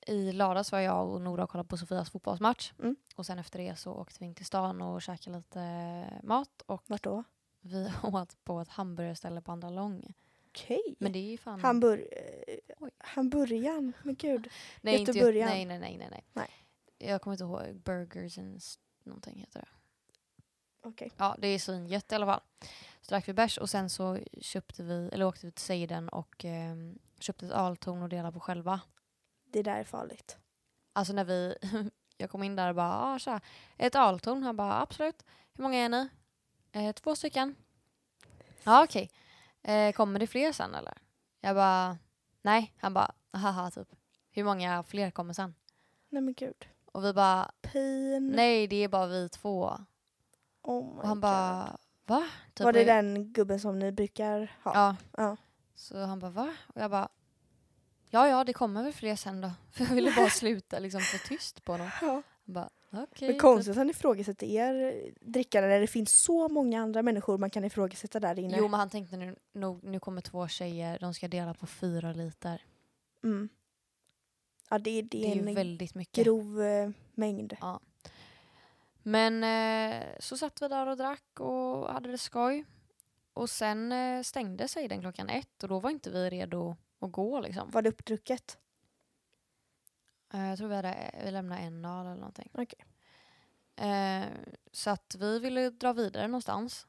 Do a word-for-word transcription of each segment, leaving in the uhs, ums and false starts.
i lördags var jag och Nora och kollade på Sofias fotbollsmatch. Mm. Och sen efter det så åkte vi in till stan och käkade lite mat. Och Vart då? vi åt på ett hamburgerställe på Andra Lång. Okej. Men det är ju fan... Hambur... Oj. Hamburgaren, men gud. nej, inte Göteborgaren. nej, nej, nej, nej, nej. Nej. Jag kommer inte ihåg. Burgers and s- någonting heter det. Okej. Ja, det är svingött i alla fall. Så drack vi bärs och sen så köpte vi, eller åkte vi till Seiden och eh, köpte ett öltorn och delade på själva. Det där är farligt. Alltså när vi, jag kom in där och bara, ah, tja, ett öltorn. Han bara, absolut. Hur många är ni? Eh, två stycken. Ja, okej. Eh, kommer det fler sen eller? Jag bara, nej. Han bara, haha typ. Hur många fler kommer sen? Nej men gud. Och vi bara, Pin. nej det är bara vi två. Oh my Och han god. bara, va? Typ, Var det och- den gubben som ni brukar ha? Ja. Ja. Så han bara, va? Och jag bara, ja ja det kommer väl fler sen då. För jag ville bara sluta liksom få tyst på honom. Ja. Han bara, okej. Men konstigt att han ifrågasätter er drickare när det finns så många andra människor man kan ifrågasätta där inne. Jo men han tänkte nu, nu, nu kommer två tjejer, de ska dela på fyra liter. Mm. Ja, det, det, Det är är ju en väldigt mycket. grov eh, mängd. Ja. Men eh, så satt vi där och drack och hade det skoj. Och sen eh, stängde sig den klockan ett och då var inte vi redo att gå liksom. Var det uppdrucket? Eh, jag tror vi, hade, vi lämnade en öl eller någonting. Okej. Eh, så att vi ville dra vidare någonstans.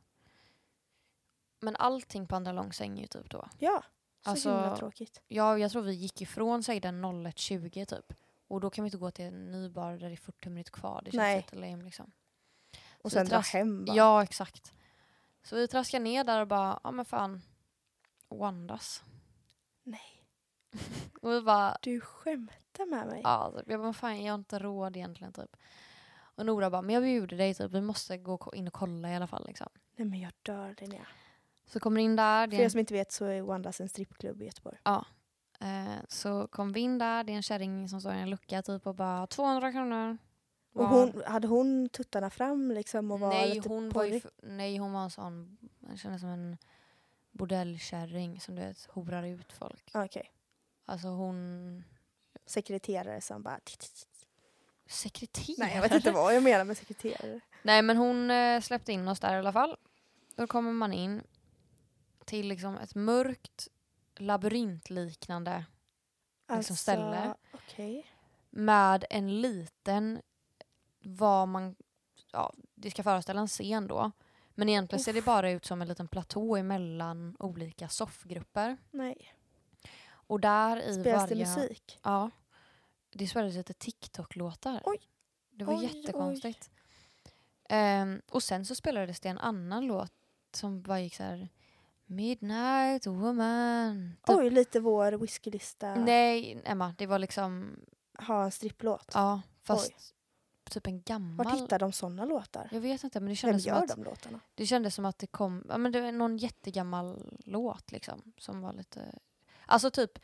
Men allting på Andra Lång stänger ju typ då. Ja, så Alltså, himla tråkigt. Ja, jag tror vi gick ifrån sig den ett tjugo typ. Och då kan vi inte gå till en ny bar där det är fyrtio minuter kvar. Det känns Nej. lite lame liksom. Och Så sen vi dra tras- hem bara. Ja, exakt. Så vi traskade ner där och bara, ja men fan, och andas. Nej. Och vi bara, Du skämtar med mig. ja, typ, jag bara, fan jag har inte råd egentligen typ. Och Nora bara, men jag bjuder dig typ, vi måste gå in och kolla i alla fall liksom. Nej men jag dör Linnea. Så kommer in där. Det För är er som inte vet så är Wandas en strippklubb i Göteborg. Ja. Eh, så kom vi in där, det är en kärring som står i en lucka typ och bara tvåhundra kronor. Och Var- hon, hade hon tuttarna fram liksom och var nej, lite hon var ju, porrig? f- nej, hon var en sån, jag känner som en bordellkärring som du vet, horar ut folk. Ah, Okej. Alltså hon... Sekreterare som bara... Sekreterare? Nej, jag vet inte vad jag menar med sekreterare. Nej, men hon eh, släppte in oss där i alla fall. Då kommer man in till liksom ett mörkt labyrintliknande liksom ställe. Okej. Med en liten, vad man, ja, det ska föreställa en scen då. Men egentligen Uff. ser det bara ut som en liten platå emellan olika soffgrupper. Nej. Och där i Spelas varje... det musik? Ja. Det spelades lite TikTok-låtar. Oj. Det var Oj, jättekonstigt. Ehm, och sen så spelades det en annan låt som bara gick så här: Midnight Woman. Typ. Oj, lite vår whiskylista. Nej, Emma, det var liksom... Ha en stripplåt. Ja, fast Oj. typ en gammal... Vart hittar de såna låtar? Jag vet inte, men det Vem kändes, som gör att, de låtarna? det kändes som att det kom... Ja, men det var någon jättegammal låt liksom. Som var lite... Alltså typ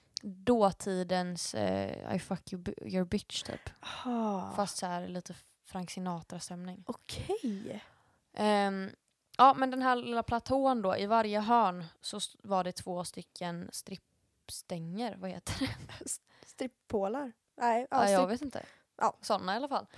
dåtidens eh, I fuck you, b- your bitch typ. Aha. Fast så här lite Frank Sinatra-stämning. Okej. Ehm, ja, men den här lilla platån då, i varje hörn så st- var det två stycken strippstänger, vad heter det? Strippålar? Nej, ja, Ja, jag stripp. vet inte. Ja. Sådana i alla fall.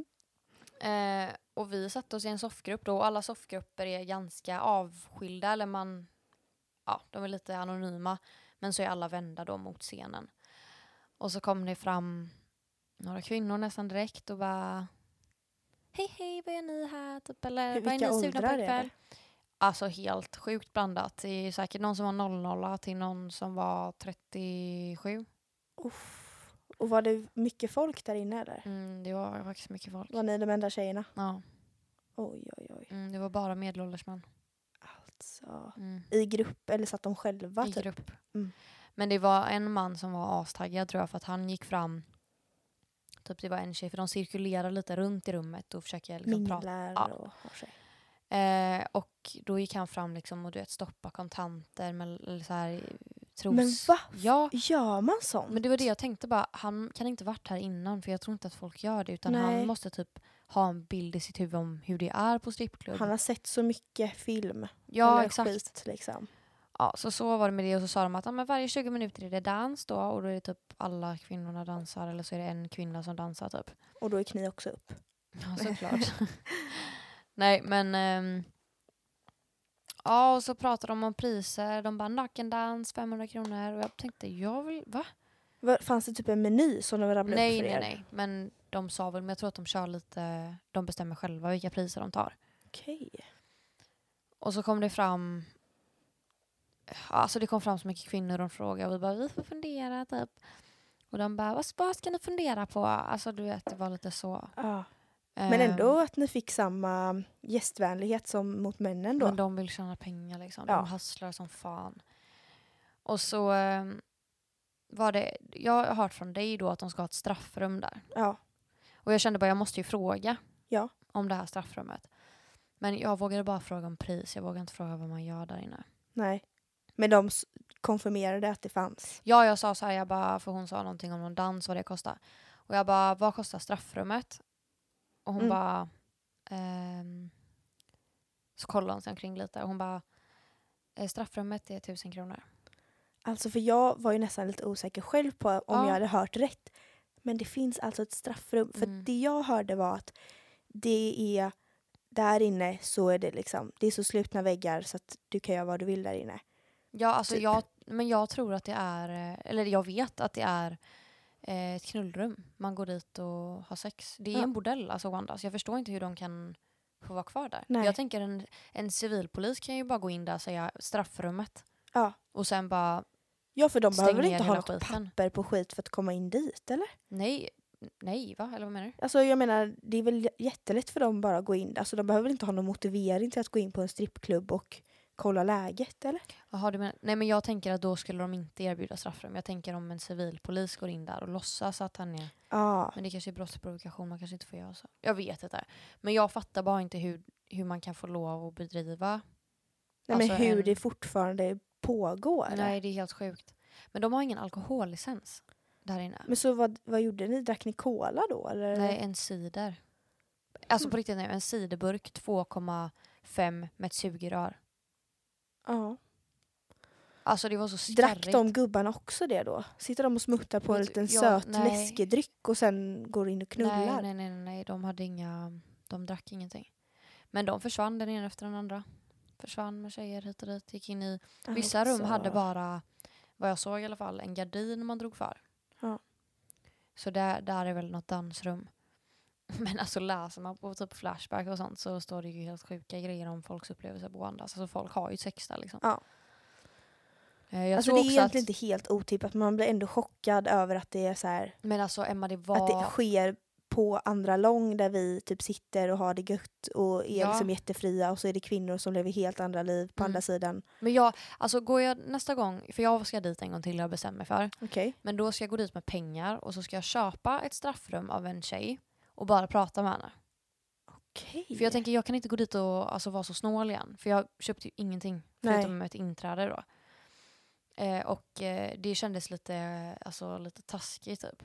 eh, och vi satte oss i en soffgrupp då, och alla soffgrupper är ganska avskilda, eller man, ja, de är lite anonyma, men så är alla vända då mot scenen. Och så kom det fram några kvinnor nästan direkt och bara, hej hej, vad är ni här? Typ, eller Hur- vad är vilka ni sugna på åldrar är ikväll? det? Alltså helt sjukt blandat. Det är säkert någon som var noll noll till någon som var trettiosju. Uff. Och var det mycket folk där inne eller? Mm, det var faktiskt mycket folk. Var ni de enda tjejerna? Ja, Oj, oj, oj. mm, det var bara medelålders män. Alltså. Mm. I grupp eller satt de själva I typ? grupp. Mm. Men det var en man som var astaggad tror jag, för att han gick fram. Typ det var en tjej, för de cirkulerar lite runt i rummet och försöker liksom prata. Minglar Ja. och har sig. Eh, och då gick han fram liksom och du vet, stoppa kontanter med eller så här tros. Men va? Ja, Gör man sånt? men det var det jag tänkte bara, han kan inte varit här innan, för jag tror inte att folk gör det, utan Nej. han måste typ ha en bild i sitt huvud om hur det är på strippklubb. Han har sett så mycket film. Ja, eller exakt. skit liksom. Ja, så så var det med det. Och så sa de att ja, men varje tjugo minuter är det dans då. Och då är det typ alla kvinnorna dansar. Eller så är det en kvinna som dansar typ. Och då är kni också upp. Ja, såklart. Nej, men... ehm, ja, och så pratade de om priser. De bara nakendans, femhundra kronor. Och jag tänkte, jag vill... Va? Var, fanns det typ en meny som de rabblade upp Nej, för nej, er? nej. Men de sa väl, men jag tror att de kör lite... De bestämmer själva vilka priser de tar. Okej. Och så kom det fram... Alltså det kom fram så mycket kvinnor och de frågade. Och vi bara, vi får fundera typ. Och de bara, vad, vad ska ni fundera på? Alltså du vet, det var lite så. Ja. Men Ehm, ändå att ni fick samma gästvänlighet som mot männen då. Men de vill tjäna pengar liksom. Ja. De hustlar som fan. Och så ehm, var det... Jag har hört från dig då att de ska ha ett straffrum där. Ja. Och jag kände bara, jag måste ju fråga Ja. om det här straffrummet. Men jag vågade bara fråga om pris. Jag vågade inte fråga vad man gör där inne. Nej. Men de s- konfirmerade att det fanns. Ja, jag sa så här, jag bara, för hon sa någonting om någon dans, vad det kostar. Och jag bara, vad kostar straffrummet? Och hon Mm. bara, ehm, så kollade hon sig omkring lite. Och hon bara, eh, straffrummet är tusen kronor. Alltså för jag var ju nästan lite osäker själv på om Ja. jag hade hört rätt. Men det finns alltså ett straffrum. För Mm. det jag hörde var att det är där inne så är det liksom, det är så slutna väggar så att du kan göra vad du vill där inne. Ja, alltså Typ. jag, men jag tror att det är, eh, eller jag vet att det är eh, ett knullrum. Man går dit och har sex. Det är Ja. en bordell, alltså Wanda. Så jag förstår inte hur de kan få vara kvar där. Nej. Jag tänker en, en civilpolis kan ju bara gå in där och säga straffrummet. Ja. Och sen bara, Ja, för de Stäng behöver väl ner inte ha hela något skiten. papper på skit för att komma in dit, eller? nej, nej va? Eller vad menar du? Alltså jag menar, det är väl jättelätt för dem bara att gå in. Alltså de behöver väl inte ha någon motivering till att gå in på en strippklubb och kolla läget, eller? Jaha, du menar, nej men jag tänker att då skulle de inte erbjuda straffrum. Jag tänker om en civilpolis går in där och låtsas att han är... Ja. Men det kanske är brottsprovokation, man kanske inte får göra så. Jag vet inte. Men jag fattar bara inte hur, hur man kan få lov att bedriva. Nej, men Alltså hur en- det fortfarande pågår. Nej, det är helt sjukt. Men de har ingen alkohollicens där inne. Men så vad, vad gjorde ni? Drack ni cola då? Eller? Nej, en cider. Alltså på riktigt nu, en ciderburk två komma fem med ett sugrör. Ja. Alltså det var så Drack starrigt. de gubbarna också det då? Sitter de och smuttar på en Vet du, liten ja, söt nej. läskedryck och sen går in och knullar? Nej, nej, nej, nej, de hade inga, de drack ingenting. Men de försvann den ena efter den andra. Försvann med tjejer hit och dit, gick in i... Vissa rum Alltså. hade bara, vad jag såg i alla fall, en gardin man drog för. Ja. Så där, där är väl något dansrum. Men alltså läser man på typ Flashback och sånt så står det ju helt sjuka grejer om folks upplevelser på Wanda. Alltså folk har ju sex där liksom. Ja. Eh, Jag Alltså tror det är också egentligen att, inte helt otippat, men man blir ändå chockad över att det är så här, men alltså Emma, det var... att det sker på andra lång där vi typ sitter och har det gött och är Ja. liksom jättefria, och så är det kvinnor som lever helt andra liv på Mm. andra sidan. Men jag, alltså går jag nästa gång, för jag ska dit en gång till, jag bestämmer mig för. Okej. Men då ska jag gå dit med pengar och så ska jag köpa ett straffrum av en tjej och bara prata med henne. Okej. För jag tänker, jag kan inte gå dit och alltså, vara så snål igen. För jag köpte ju ingenting förutom Nej. ett inträde då. Eh, och eh, det kändes lite, alltså, lite taskigt typ.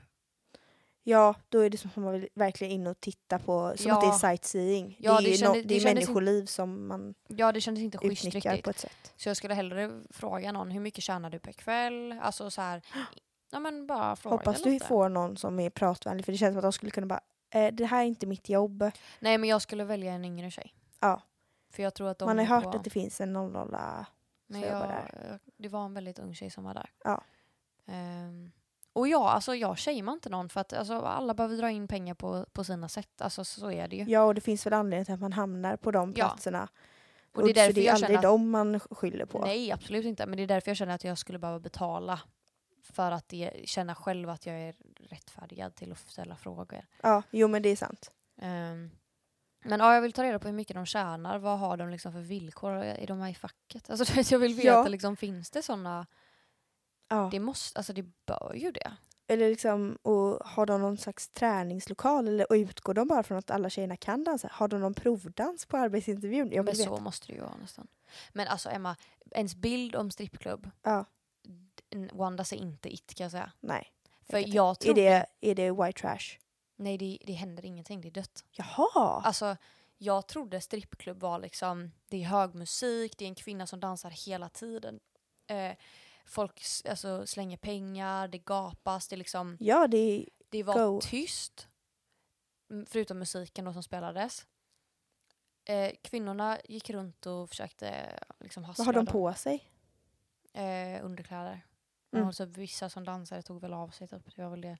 Ja, då är det som att man vill verkligen in och titta på, som Ja. att det är sightseeing. Ja, det är det ju kände- no- det det är kändes människoliv som man Ja, det kändes inte schysst utnyttjar riktigt. på ett sätt. Så jag skulle hellre fråga någon, hur mycket tjänar du per kväll? Alltså så här, ja men bara fråga Hoppas du lite. får någon som är pratvänlig, för det känns som att de skulle kunna bara, eh, det här är inte mitt jobb. Nej, men jag skulle välja en yngre tjej. Ja. För jag tror att de Man har är hört på... att det finns en noll nolla Men som jag, jobbar där. jag, det var en väldigt ung tjej som var där. Ja. Ehm, och ja, alltså jag shamear inte någon för att alltså, alla behöver dra in pengar på, på sina sätt. Alltså så är det ju. Ja, och det finns väl anledning till att man hamnar på de Ja. platserna. Och det är så därför det är jag aldrig känner att, dem man skyller på. nej, absolut inte. Men det är därför jag känner att jag skulle behöva betala för att det, känna själv att jag är rättfärdigad till att ställa frågor. Ja, jo men det är sant. Ehm, men ja, jag vill ta reda på hur mycket de tjänar. Vad har de liksom för villkor? Är de här i facket? Alltså, du vet, jag vill veta, Ja. liksom, finns det sådana? Ja. Det måste, alltså det bör ju det. Eller liksom, och har de någon slags träningslokal, eller och utgår de bara från att alla tjejerna kan dansa? Har de någon provdans på arbetsintervjun? Jag Men vill så veta. måste det ju vara nästan. Men alltså Emma, ens bild om strippklubb, Ja, d- Wanda ser inte it kan jag säga. nej. För vet jag inte. tror... Är det, är det white trash? Nej, det, det händer ingenting, det är dött. Jaha! Alltså, jag trodde strippklubb var liksom, det är hög musik, det är en kvinna som dansar hela tiden. Eh, folk s- alltså, slänger pengar, det gapas, det liksom... Ja, det, Det var Go. tyst, mm, förutom musiken då som spelades. Eh, kvinnorna gick runt och försökte liksom hassla vad har de dem. på sig? Eh, underkläder. Mm. Och så vissa som dansade tog väl av sig typ. Det var väl det.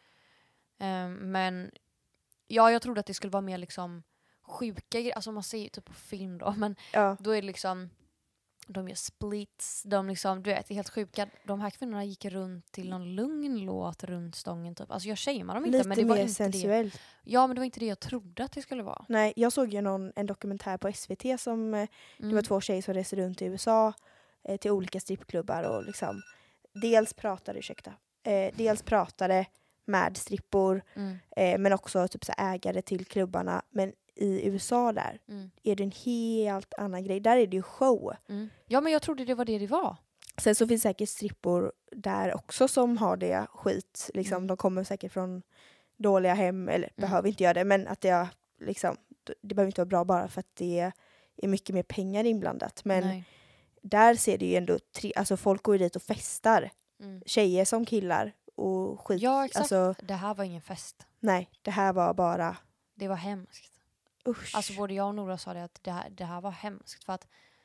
Eh, men ja, jag trodde att det skulle vara mer liksom sjuka grejer. Alltså man ser ju typ på film då, men Ja. då är det liksom de gör splits, de liksom, du vet, det är helt sjuka. De här kvinnorna gick runt till någon lugn låt runt stången typ. Alltså jag shamear dem inte, Lite men det var mer inte sensuellt. det. Ja, men det var inte det jag trodde att det skulle vara. Nej, jag såg ju någon, en dokumentär på S V T som eh, Mm. det var två tjejer som reste runt i U S A eh, till olika strippklubbar och liksom dels pratade, ursäkta, eh, dels pratade med strippor Mm. eh, men också typ så här ägare till klubbarna. Men i U S A där Mm. är det en helt annan grej. Där är det ju show. Mm. Ja, men jag trodde det var det det var. Sen så finns säkert strippor där också som har det skit. Liksom, Mm. de kommer säkert från dåliga hem, eller Mm. behöver inte göra det, men att det, är, liksom, det behöver inte vara bra bara för att det är mycket mer pengar inblandat. Men Nej. där ser det ju ändå, tre, alltså folk går ju dit och festar. Mm. Tjejer som killar och skit. Ja, exakt. Alltså, Det här var ingen fest. nej, det här var bara Det var hemskt. usch. Alltså både jag och Nora sa det att det här, det här var hemskt. För att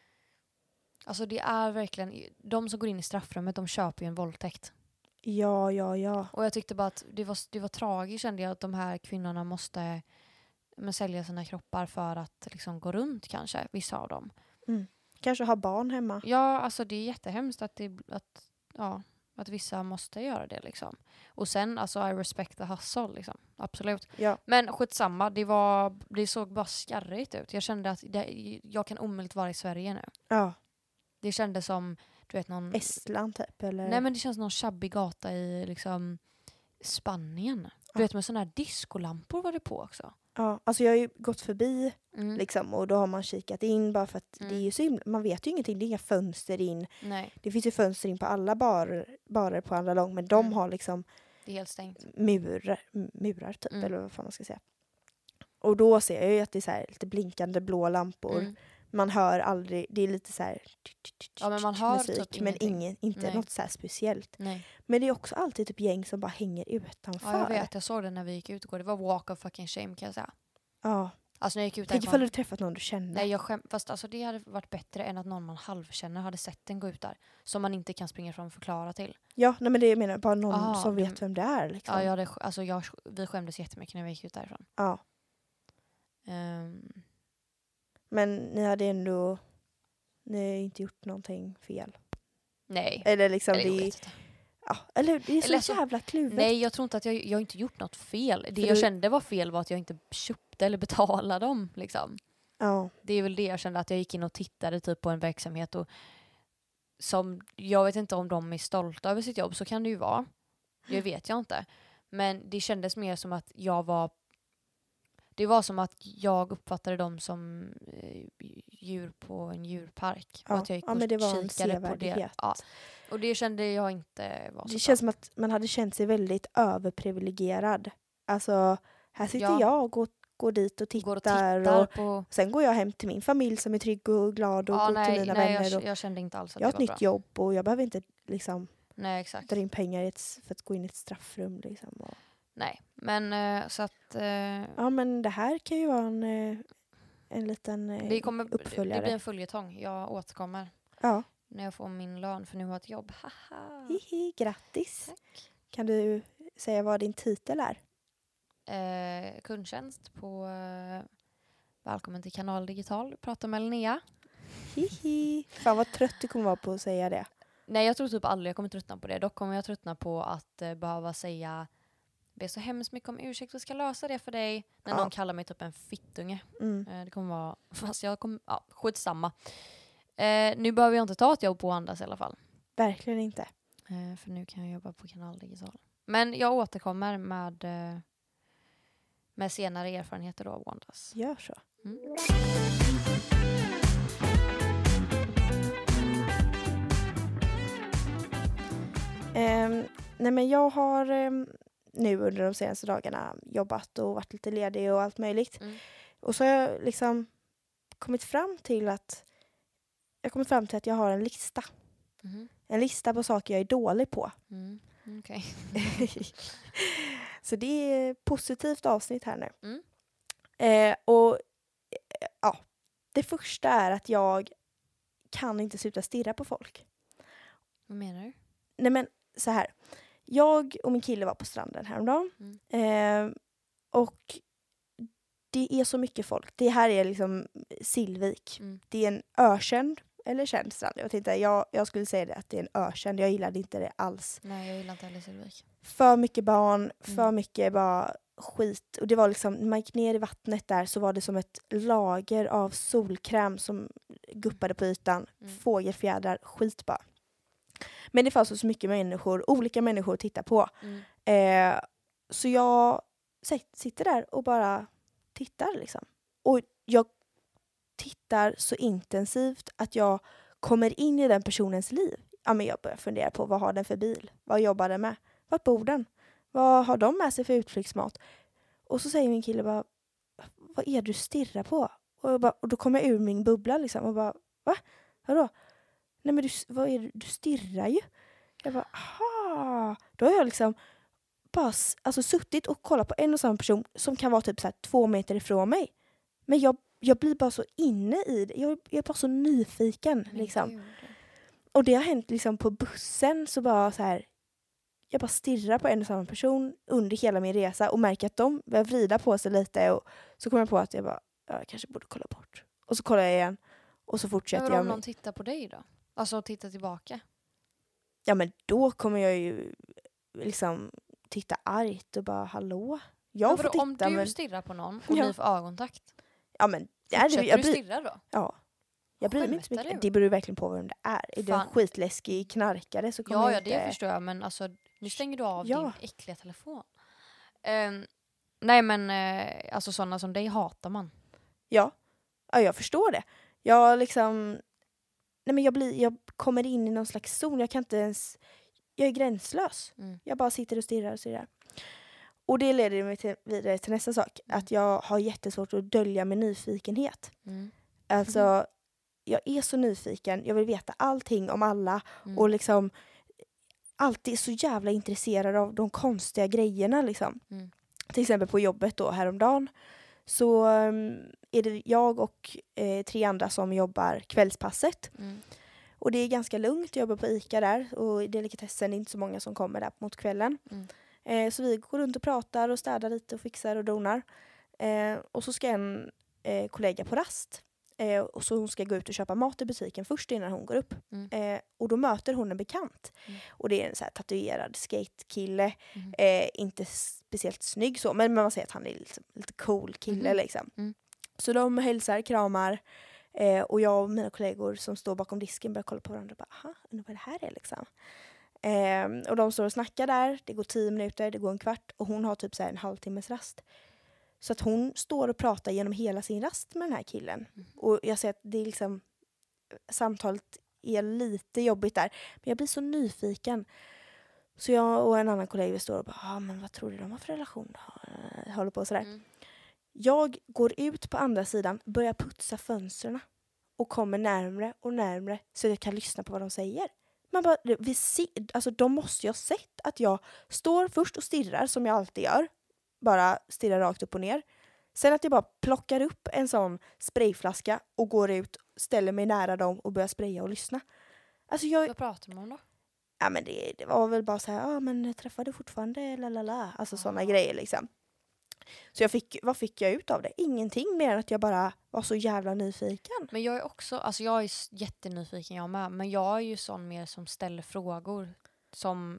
alltså det är verkligen, de som går in i straffrummet, de köper ju en våldtäkt. Ja, ja, ja. Och jag tyckte bara att det var, det var tragiskt, kände jag, att de här kvinnorna måste men, sälja sina kroppar för att liksom gå runt kanske, vissa av dem. Kanske ha barn hemma. Ja, alltså det är jättehemskt att, det, att, ja, att vissa måste göra det liksom. Och sen, alltså I respect the hustle liksom. Absolut. Ja. Men skitsamma, det, var, det såg bara skarrigt ut. Jag kände att det, jag kan omöjligt vara i Sverige nu. Ja. Det kändes som, du vet någon... Estland typ, eller? Nej, men det känns som någon tjabbig gata i liksom Spanien. Du Ja. vet, med sådana här discolampor var det på också. Ja, alltså jag har ju gått förbi Mm. liksom, och då har man kikat in bara för att Mm. det är ju så himla, man vet ju ingenting, det är inga fönster in. Nej, Det finns ju fönster in på alla barer, barer på andra lång, men de Mm. har liksom det är helt stängt. murar, murar typ, Mm. eller vad fan man ska säga. Och då ser jag ju att det är så här lite blinkande blå lampor. Mm. Man hör aldrig, det är lite så här Ja, men man hör musik, typ men ingenting. ingen, inte Nej. något så här speciellt. Nej. Men det är också alltid typ gäng som bara hänger utanför. Ja, jag vet. Jag såg det när vi gick ut igår. Det var walk of fucking shame, kan jag säga. Ja. Alltså när jag gick ut Tänk därifrån- ifall du träffat någon du känner. Nej, jag skäm... Fast alltså det hade varit bättre än att någon man halvkänner hade sett en gå ut där. Som man inte kan springa fram och förklara till. Ja, nej, men det jag menar bara någon Ah, som de- vet vem det är. Liksom. Ja, jag hade, alltså jag, vi skämdes jättemycket när vi gick ut därifrån. Ja. Um, Men ni hade ändå ni har inte gjort någonting fel. nej. Eller liksom Eller jag det, vet inte. ja, eller det är så Eller så- jävla kluvet. Nej, jag tror inte att jag, jag har inte gjort något fel. Det För jag du- kände var fel var att jag inte köpte eller betalade dem. Liksom. Ja. Det är väl det jag kände, att jag gick in och tittade typ på en verksamhet och som, jag vet inte om de är stolta över sitt jobb, så kan det ju vara. Det vet jag inte. Men det kändes mer som att jag var, det var som att jag uppfattade dem som eh, djur på en djurpark. Ja. Och att jag gick Ja, och men det var en kikade på det. sevärdhet. Ja. Och det kände jag inte var så Det bra. känns som att man hade känt sig väldigt överprivilegierad. Alltså, här sitter Ja. jag och går dit och tittar. Går och tittar och på... sen går jag hem till min familj som är trygg och glad och Ja, går till nej, mina nej vänner. jag, och jag kände inte alls att jag har det ett var nytt bra. jobb och jag behöver inte liksom Nej, exakt. dra in pengar i ett, för att gå in i ett straffrum. Liksom. Och, Nej, men eh, så att... eh, ja, men det här kan ju vara en, eh, en liten eh, det, kommer, det uppföljare. blir en följetong. Jag återkommer Ja, när jag får min lön, för nu har jag ett jobb. Haha. hihi, grattis. Tack. Kan du säga vad din titel är? Eh, kundtjänst på eh, Välkommen till Kanal Digital. Prata med Linnea. Hihi. Fan vad trött du kommer vara på att säga det. Nej, jag tror typ aldrig jag kommer tröttna på det. Dock kommer jag tröttna på att eh, behöva säga be så hemskt mycket om ursäkt och ska lösa det för dig. När Ja. någon kallar mig typ en fittunge. Mm. Eh, det kommer vara... Fast jag kommer... Ja, skitsamma. Eh, nu behöver jag inte ta ett jobb på Andas i alla fall. Verkligen inte. Eh, för nu kan jag jobba på Kanal Digital. Men jag återkommer med, eh, med senare erfarenheter då av Wandas. Gör så. Mm. Um, nej men jag har um, nu under de senaste dagarna jobbat och varit lite ledig och allt möjligt. Mm. Och så har jag liksom kommit fram till att jag kommit fram till att jag har en lista Mhm. En lista på saker jag är dålig på. Mm. Okej. Så det är ett positivt avsnitt här nu. Mm. Eh, och eh, ja, det första är att jag kan inte sluta stirra på folk. Vad menar du? Nej men så här. Jag och min kille var på stranden häromdagen. Mm. Eh, och det är så mycket folk. Det här är liksom Sillvik. Mm. Det är en ökänd eller känd strand. Jag, vet inte, jag, jag skulle säga det att det är en ökänd. Jag gillade inte det alls. Nej, jag gillar inte heller Sillvik. För mycket barn, för Mm. mycket bara skit. Och det var liksom, när man gick ner i vattnet där så var det som ett lager av solkräm som guppade på ytan. Mm. Fågelfjädrar, skit bara. Men det fanns så mycket människor, olika människor att titta på. Mm. Eh, så jag sitter där och bara tittar liksom. Och jag tittar så intensivt att jag kommer in i den personens liv. Ja, men jag börjar fundera på vad har den för bil? Vad jobbar den med? Vart bor den? Vad har de med sig för utflyktsmat? Och så säger min kille bara, vad är det du stirrar på? Och, jag bara, och då kommer jag ur min bubbla liksom och bara, va? Vadå? Nej men du, vad är det? Du stirrar ju. Jag bara, aha. Då har jag liksom bara alltså, suttit och kollat på en och samma person som kan vara typ så här två meter ifrån mig. Men jag, jag blir bara så inne i det. Jag, jag är bara så nyfiken. Men Liksom. gud. Och det har hänt liksom på bussen så bara så här. Jag bara stirrar på en och samma person under hela min resa och märker att de börjar vrida på sig lite. Och så kommer jag på att jag bara, ja, jag kanske borde kolla bort. Och så kollar jag igen. Och så fortsätter Men jag. om Med... någon tittar på dig då? Alltså tittar tillbaka? Ja men då kommer jag ju liksom titta argt och bara, hallå? Jag Men får vadå, titta. om du men... stirrar på någon och Ja. ni får ögonkontakt, Ja men det är fortsätter det. Jag du bryr... stirra då? Ja. Jag bryr mig inte så Skämtar mycket. du? Det beror ju verkligen på vem det är. Är det en Fan. skitläskig knarkare så kommer Ja, jag ja, inte... det förstår jag. Men alltså, nu stänger du av Ja. din äckliga telefon. Ehm, nej, men eh, alltså sådana som dig hatar man. Ja. Ja, jag förstår det. Jag liksom... Nej men jag, blir... jag kommer in i någon slags zon. Jag kan inte ens... Jag är gränslös. Mm. Jag bara sitter och stirrar och stirrar. Och det leder mig till, vidare till nästa sak. Mm. Att jag har jättesvårt att dölja min nyfikenhet. Mm. Alltså, Mm. jag är så nyfiken. Jag vill veta allting om alla. Mm. Och liksom alltid så jävla intresserad av de konstiga grejerna. Liksom. Mm. Till exempel på jobbet då häromdagen. Så um, är det jag och eh, tre andra som jobbar kvällspasset. Mm. Och det är ganska lugnt. Jag jobbar på ICA där. Och i delikatessen är det inte så många som kommer där mot kvällen. Mm. Eh, så vi går runt och pratar och städar lite och fixar och donar. Eh, och så ska en eh, kollega på rast. Eh, och så hon ska gå ut och köpa mat i butiken först innan hon går upp. Mm. Eh, och då möter hon en bekant. Mm. Och det är en så här tatuerad skatekille. Mm. Eh, inte speciellt snygg så. Men man säger att han är liksom, lite cool kille Mhm. liksom. Mm. Så de hälsar, kramar. Eh, och jag och mina kollegor som står bakom disken börjar kolla på varandra och bara, aha, undrar vad det här är liksom. Eh, och de står och snackar där. Det går tio minuter, det går en kvart. Och hon har typ så här en halvtimmes rast. Så att hon står och pratar genom hela sin rast med den här killen. Mm. Och jag ser att det är liksom, samtalet är lite jobbigt där. Men jag blir så nyfiken. Så jag och en annan kollega står och bara, ah, men vad tror du de har för relation då? Eh, Håller på sådär. Mm. Jag går ut på andra sidan, börjar putsa fönstren och kommer närmre och närmre så jag kan lyssna på vad de säger. Man bara, vi ser, alltså de måste ju ha sett att jag står först och stirrar som jag alltid gör. Bara stirrar rakt upp och ner. Sen att jag bara plockar upp en sån sprayflaska och går ut, ställer mig nära dem och börjar spraya och lyssna. Alltså jag, Vad pratar man om då? ja men det, det var väl bara så här, ja ah, men jag träffade fortfarande, lalala. Alltså såna Ah. grejer liksom. Så jag fick, vad fick jag ut av det? Ingenting mer än att jag bara var så jävla nyfiken. Men jag är också, alltså jag är s- jättenyfiken jag med. Men jag är ju sån mer som ställer frågor. Som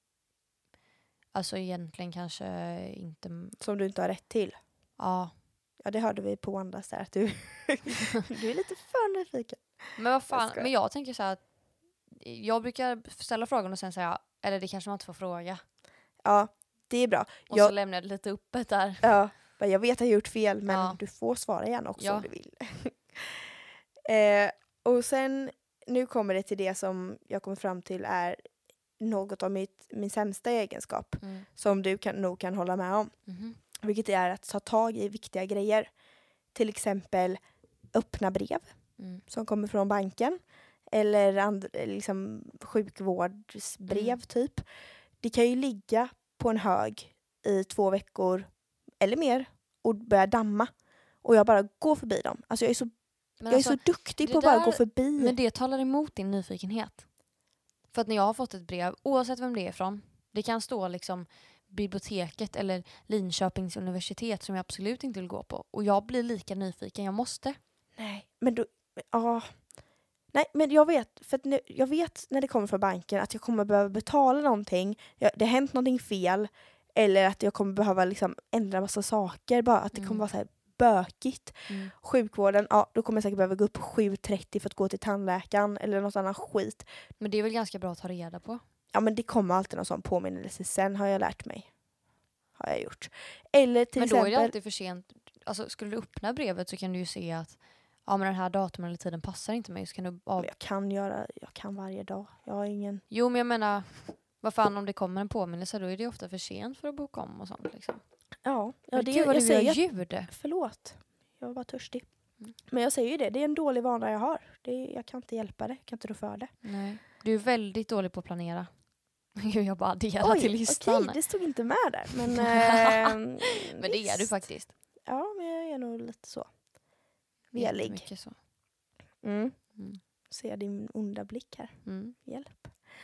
alltså egentligen kanske inte, Som du inte har rätt till. ja. Ja, det hörde vi på andra där att du, du är lite för nyfiken. Men vad Jag fan, skojar. men jag tänker så här att jag brukar ställa frågan och sen säga, eller det kanske man inte får fråga. Ja, det är bra. Och Jag, så lämnar jag det lite öppet där. ja, jag vet att jag har gjort fel, men Ja. du får svara igen också Ja. om du vill. eh, och sen, nu kommer det till det som jag kommer fram till är något av mitt, min sämsta egenskap. Mm. Som du kan, nog kan hålla med om. Mhm. Vilket är att ta tag i viktiga grejer. Till exempel öppna brev Mm. som kommer från banken. eller and, liksom sjukvårdsbrev Mm. typ. Det kan ju ligga på en hög i två veckor eller mer och börja damma. Och jag bara går förbi dem. Alltså jag är så, Men jag alltså, är så duktig det på att bara där- gå förbi. Men det talar emot din nyfikenhet. För att när jag har fått ett brev, oavsett vem det är ifrån, det kan stå liksom biblioteket eller Linköpings universitet som jag absolut inte vill gå på. Och jag blir lika nyfiken, jag måste. Nej, men då, ja. Nej, men jag vet, för att nu, jag vet när det kommer från banken att jag kommer behöva betala någonting. Jag, det har hänt någonting fel. Eller att jag kommer behöva liksom ändra massa saker. Bara att det Mm. kommer vara så här bökigt. Mm. Sjukvården, ja, då kommer jag säkert behöva gå upp sju trettio för att gå till tandläkaren eller något annat skit. Men det är väl ganska bra att ta reda på. Ja, men det kommer alltid någon sån påminnelse. Sen har jag lärt mig. Har jag gjort. Eller till Men då exempel... är det alltid för sent. Alltså, skulle du öppna brevet så kan du ju se att ja, men den här datumen eller tiden passar inte mig. Så kan du av... Jag kan göra, jag kan varje dag. Jag har ingen... Jo, men jag menar, vad fan om det kommer en påminnelse då är det ofta för sent för att boka om och sånt. Liksom. Ja, ja Men det, gud vad jag du säger gör att- ljud. Förlåt. Jag var törstig. Mm. Men jag säger ju det. Det är en dålig vana jag har. Det är, jag kan inte hjälpa det. Jag kan inte rå för det. Nej. Du är väldigt dålig på att planera. Gud, jag bara adderar Oj, till listan. okej. Det stod inte med där. Men, eh, Men det är du visst. faktiskt. Ja, men jag är nog lite så. Velig. Jättemycket så. Mm. Mm. Ser din onda blick här. Mm. Hjälp.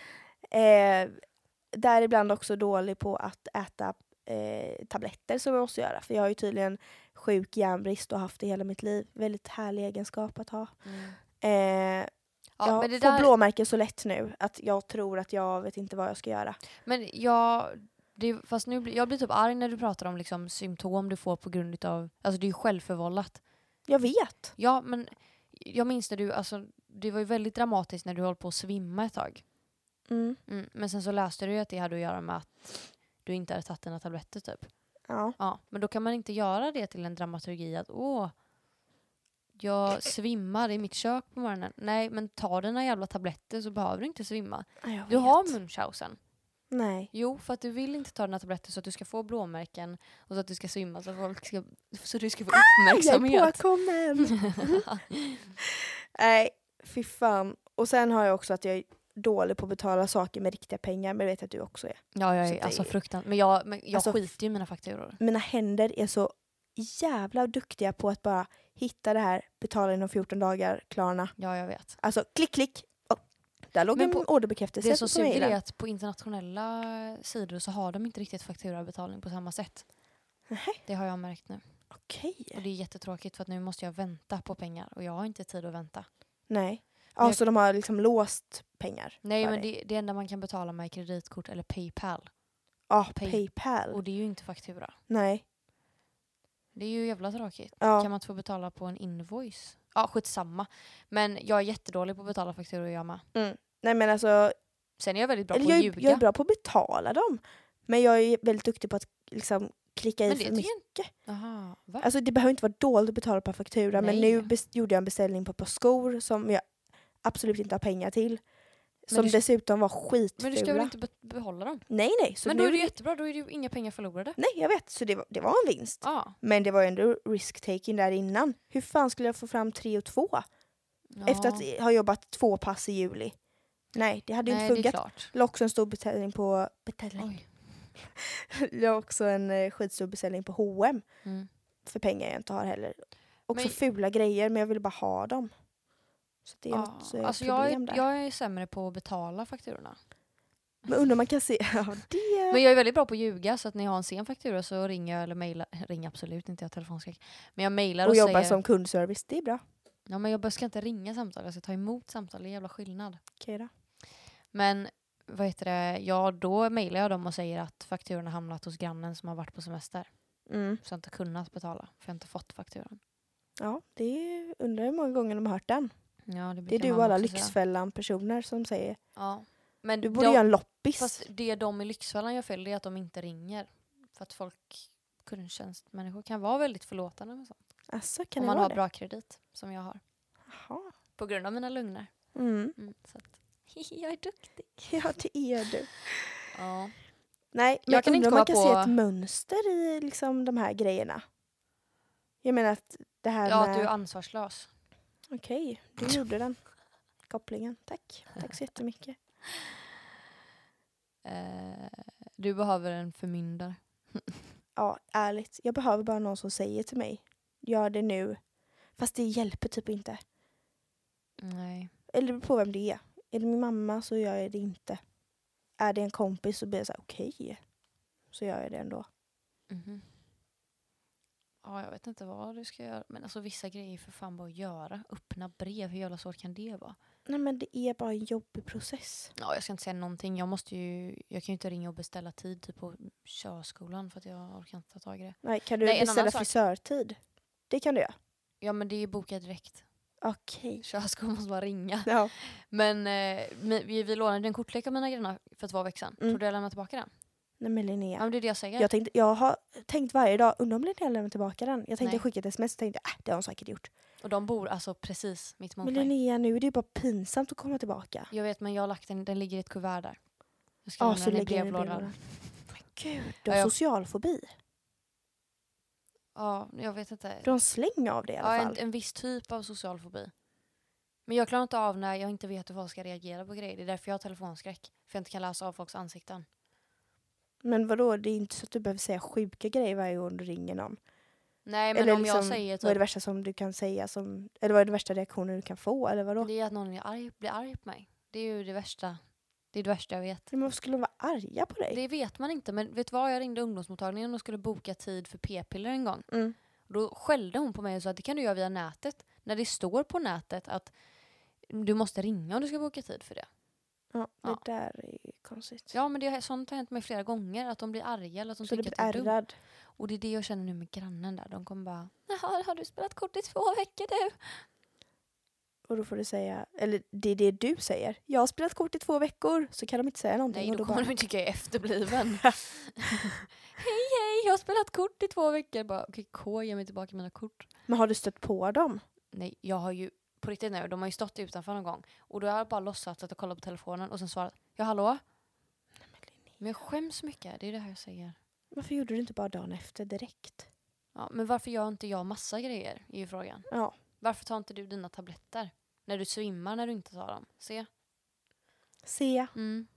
Eh, där ibland också dålig på att äta eh, tabletter som jag måste göra. För jag har ju tydligen sjuk järnbrist och haft det hela mitt liv. Väldigt härlig egenskap att ha. Mm. Eh, Ja, jag men det får där... blåmärken så lätt nu att jag tror att jag vet inte vad jag ska göra. Men jag... Det, fast nu, blir- jag blir typ arg när du pratar om liksom symptom du får på grund av... Alltså det är ju självförvållat. Jag vet. Ja, men jag minns när du... Alltså, det var ju väldigt dramatiskt när du höll på att svimma ett tag. Mm. Mm. Men sen så läste du ju att det hade att göra med att du inte hade tagit dina tabletter typ. Ja. Ja, men då kan man inte göra det till en dramaturgi att åh, jag svimmar i mitt kök på morgonen. Nej, men ta dina jävla tabletter så behöver du inte svimma. Jag Du vet. har Munchausen. Nej. Jo, för att du vill inte ta dina tabletter så att du ska få blåmärken och så att du ska svimma så att folk ska, så du ska få Jag är uppmärksamhet. påkommen. Nej, fy fan. Och sen har jag också att jag är dålig på att betala saker med riktiga pengar. Men det vet jag att du också är. Ja, jag Så är det alltså är- fruktansvärt. Men jag, men jag Alltså, skiter ju i mina fakturor. Mina händer är så jävla duktiga på att bara hitta det här, betala inom fjorton dagar, Klarna. Ja, jag vet. Alltså klick, klick. Oh, där låg Men en på- orderbekräftelse Det som på suger mejlen. är att på internationella sidor så har de inte riktigt fakturabetalning på samma sätt. Nähä. Det har jag märkt nu. Okej. Och det är jättetråkigt för att nu måste jag vänta på pengar och jag har inte tid att vänta. Nej. Ja, Men jag- så de har liksom låst pengar. Nej, för men dig. det, det enda man kan betala med är kreditkort eller Paypal. Ja, Pay- Paypal. Och det är ju inte faktura. Nej. Det är ju jävla tråkigt. Ja. Kan man inte få betala på en invoice? Ja, skitsamma. Men jag är jättedålig på att betala fakturor jag med. Mm. Nej, men alltså. Sen är jag väldigt bra Eller på jag, att är, ljuga. jag är bra på att betala dem. Men jag är väldigt duktig på att liksom klicka i Men det för tycker mycket. jag Jaha, va? Alltså det behöver inte vara dåligt att betala per faktura. Men Nej. nu bes- gjorde jag en beställning på ett par skor som jag absolut inte har pengar till. Men Som du- dessutom var skitfula. Men du ska väl inte be- behålla dem? Nej, nej. Så Men nu då är det jättebra, då är det ju inga pengar förlorade. Nej, jag vet. Så det var, det var en vinst. Ja. Men det var ju ändå risk-taking där innan. Hur fan skulle jag få fram tre och två? Ja. Efter att ha jobbat två pass i juli. Nej, det hade ju Nej, inte det är funkat. klart. Jag la också en stor beställning på... Beställning. Oj. Jag la också en eh, skitstor beställning på H och M. Mm. För pengar jag inte har heller. Också Men- fula grejer, men jag ville bara ha dem. Så det är Ja. något eh, Alltså jag, problem är, där. jag är sämre på att betala fakturorna. Men undrar om man kan se... Ja, det... Men jag är väldigt bra på att ljuga så att när jag har en sen faktura så ringer jag eller mejlar. Ringer absolut inte, jag har telefonskräck. Men jag mejlar och, och jobbar säger... som kundservice, det är bra. Ja, men jag ska inte ringa samtal, jag ska ta emot samtal. Det är en jävla skillnad. Okej då. Men vad heter det? Ja, då mejlar jag dem och säger att fakturan har hamnat hos grannen som har varit på semester. Mm. Så jag inte kunnat betala, för jag har inte fått fakturan. Ja, det är... Undrar hur många gånger de har hört den. Ja, det, Det är brukar du och mamma alla också säga. Lyxfällan-personer som säger... Ja. Men Du borde de, göra en loppis. Fast det de i Lyxfällan gör fel det är att de inte ringer. För att folk, kundtjänstmänniskor kan vara väldigt förlåtande med sånt. Alltså, kan Om det man vara har det? bra kredit, som jag har. Jaha. På grund av mina lögner. Mm. Mm, så att, jag är duktig. Ja, det är du. Ja. Nej, men Jag kan undrar inte om man komma kan se på- ett mönster i liksom de här grejerna. Jag menar att det här Ja, med... att du är ansvarslös. Okej, du gjorde den. kopplingen. Tack. Tack så jättemycket. Eh, du behöver en förmyndare. Ja, ärligt. Jag behöver bara någon som säger till mig. Gör det nu. Fast det hjälper typ inte. Nej. Eller det beror på vem det är. Är det min mamma så gör jag det inte. Är det en kompis så blir jag så här, okej. Okay. Så gör jag det ändå. Mm-hmm. Ja, jag vet inte vad du ska göra. Men alltså vissa grejer för fan bara att göra. Öppna brev, hur jävla svårt kan det vara? Nej, men det är bara en jobbig process. Ja, jag ska inte säga någonting. Jag måste ju, jag kan ju inte ringa och beställa tid typ på körskolan för att jag orkar inte ta tag i det. Nej, kan du Nej, en beställa annan sak. frisörtid? Det kan du göra. Ja, men det är bokat direkt. Okej. Okay. Körskolan måste bara ringa. Ja. Men eh, vi, vi lånade en kortlek av mina grannar för två veckor sedan. Mm. Tror du jag lämnar tillbaka den? Nej, men Linnea. Ja, men det är det jag säger. Jag, tänkte, jag har tänkt varje dag, undrar om Linnea lämnar tillbaka den. Jag tänkte Nej. skicka ett sms och tänkte, äh, det har hon säkert gjort. Och de bor alltså precis mitt mot Men mig. Linnea, nu är det ju bara pinsamt att komma tillbaka. Jag vet, men jag har lagt den, den ligger i ett kuvert där. Jag ska Ja, lämna så den i lägger den i brevlådan. brevlådan. Men gud, du har Ja, jag- socialfobi. Ja, jag vet inte. Du har en släng av det i alla Ja, fall. en, en viss typ av social fobi. Men jag klarar inte av när jag inte vet hur folk ska reagera på grejer. Det är därför jag har telefonskräck. För jag inte kan läsa av folks ansikten. Men vadå, det är inte så att du behöver säga sjuka grejer varje gång du ringer någon. Nej, men Eller om jag liksom, säger vad är det typ, värsta som du kan säga som, eller vad är det värsta reaktionen du kan få, eller vadå? det är att någon är arg, blir arg på mig. Det är ju det värsta. Det är det värsta jag vet. Men varför skulle de vara arga på dig? Det vet man inte. Men vet du vad? Jag ringde ungdomsmottagningen och skulle boka tid för p-piller en gång. Mm. Då skällde hon på mig och sa att det kan du göra via nätet. När det står på nätet att du måste ringa om du ska boka tid för det. Ja, det Ja. där är ju konstigt. Ja, men det har, sånt har hänt mig flera gånger. Att de blir arga eller att de Så du tycker blir att det är dumt. ärrad. Och det är det jag känner nu med grannen där. De kommer bara, jaha, har du spelat kort i två veckor du? Och då får du säga, eller det är det du säger. Jag har spelat kort i två veckor, så kan de inte säga någonting. Nej, och då då kommer bara, de tycka jag är efterbliven. hej, hej, jag har spelat kort i två veckor. Bara, okej, K, ge mig tillbaka mina kort. Men har du stött på dem? Nej, jag har ju, på riktigt nu, de har ju stått utanför någon gång. Och då har jag bara låtsats att jag kollar på telefonen och sen svarat, ja hallå? Nej, men, Linnea, Men jag skäms mycket, det är det här jag säger. varför gjorde du inte bara dagen efter direkt? Ja, men varför gör inte jag massa grejer, är ju frågan. Ja. Varför tar inte du dina tabletter? När du svimmar när du inte tar dem. Se. Se. Mm.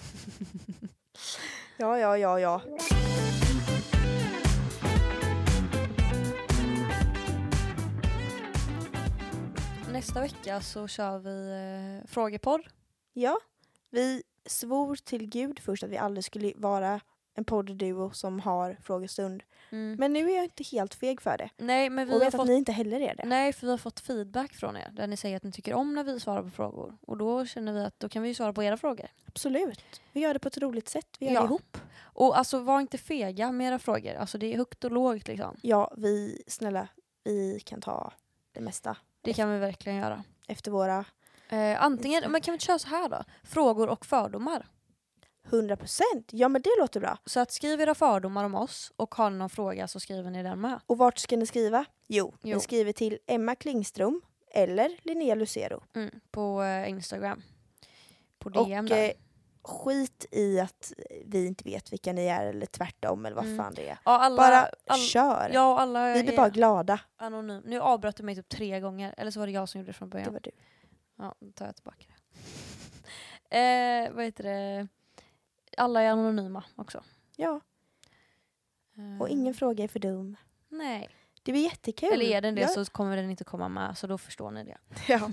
Ja, ja, ja, ja. Nästa vecka så kör vi eh, frågepodd. Ja, vi svor till Gud först att vi aldrig skulle vara en poddduo som har frågestund. Mm. Men nu är jag inte helt feg för det. Nej, men vi Och har vet fått... att ni inte heller är det. Nej, för vi har fått feedback från er där ni säger att ni tycker om när vi svarar på frågor. Och då känner vi att då kan vi svara på era frågor. Absolut. Vi gör det på ett roligt sätt. Vi gör Ja. det ihop. Och alltså var inte fega med era frågor. Alltså det är högt och lågt liksom. Ja, vi, snälla, vi kan ta det mesta Det kan vi verkligen göra. efter våra Eh, antingen, men kan vi inte köra så här då? Frågor och fördomar. hundra procent. Ja, men det låter bra. Så att skriv era fördomar om oss och har ni någon fråga så skriver ni den med. Och vart ska ni skriva? Jo, Jo. ni skriver till Emma Klingström eller Linnea Lucero. Mm, på eh, Instagram. På Och D M där. eh, skit i att vi inte vet vilka ni är eller tvärtom eller vad Mm. fan det är. Ja, alla, Bara all, kör. ja, alla vi blir är bara glada. anonym. Nu avbröt du mig typ tre gånger. Eller så var det jag som gjorde det från Det början. var du. Ja, då tar jag tillbaka det. eh, vad heter det? Alla är anonyma också. Ja, Eh, och ingen fråga är för dum. Nej. Det blir jättekul. Eller är den det ja. så kommer den inte komma med. Så då förstår ni det. Ja.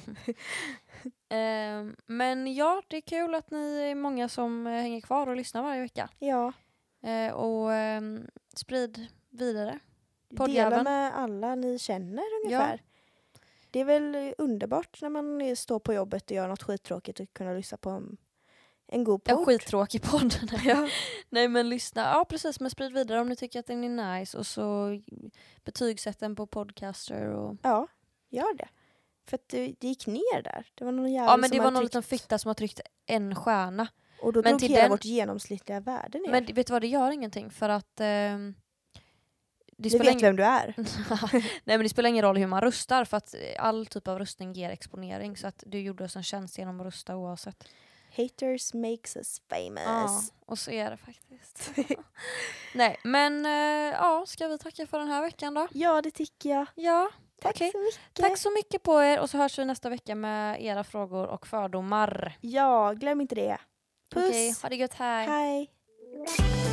Eh, men ja, det är kul att ni är många som eh, hänger kvar och lyssnar varje vecka. ja. Eh, och eh, sprid vidare. Dela Poddjäveln. med alla ni känner ungefär. Det är väl underbart när man står på jobbet och gör något skittråkigt och kunna lyssna på en, en god podd. En skittråkig podd. Ja. Nej, men lyssna. Ja, precis. Men sprid vidare om ni tycker att den är nice. Och så betygsätt den på Podcaster. Och... Ja, gör det. För att det, det gick ner där. Det var någon jävel Ja, men som det var hade någon tryckt- liten fitta som har tryckt en stjärna. Och då Men drog till hela den- vårt genomsnittliga värde ner. Men vet du vad, det gör ingenting. För att... ehm, det du spelar vet ingen... vem du är. Nej, men det spelar ingen roll hur man röstar. För att all typ av röstning ger exponering. Så att du gjorde oss en tjänst genom att rösta oavsett. Haters makes us famous. Ja, och så är det faktiskt. Nej, men eh, ja, ska vi tacka för den här veckan då? Ja, det tycker jag. Ja, Tack Okej. så mycket. Tack så mycket på er och så hörs vi nästa vecka med era frågor och fördomar. Ja, glöm inte det. Puss. Okej, ha det gött, hej. Hej.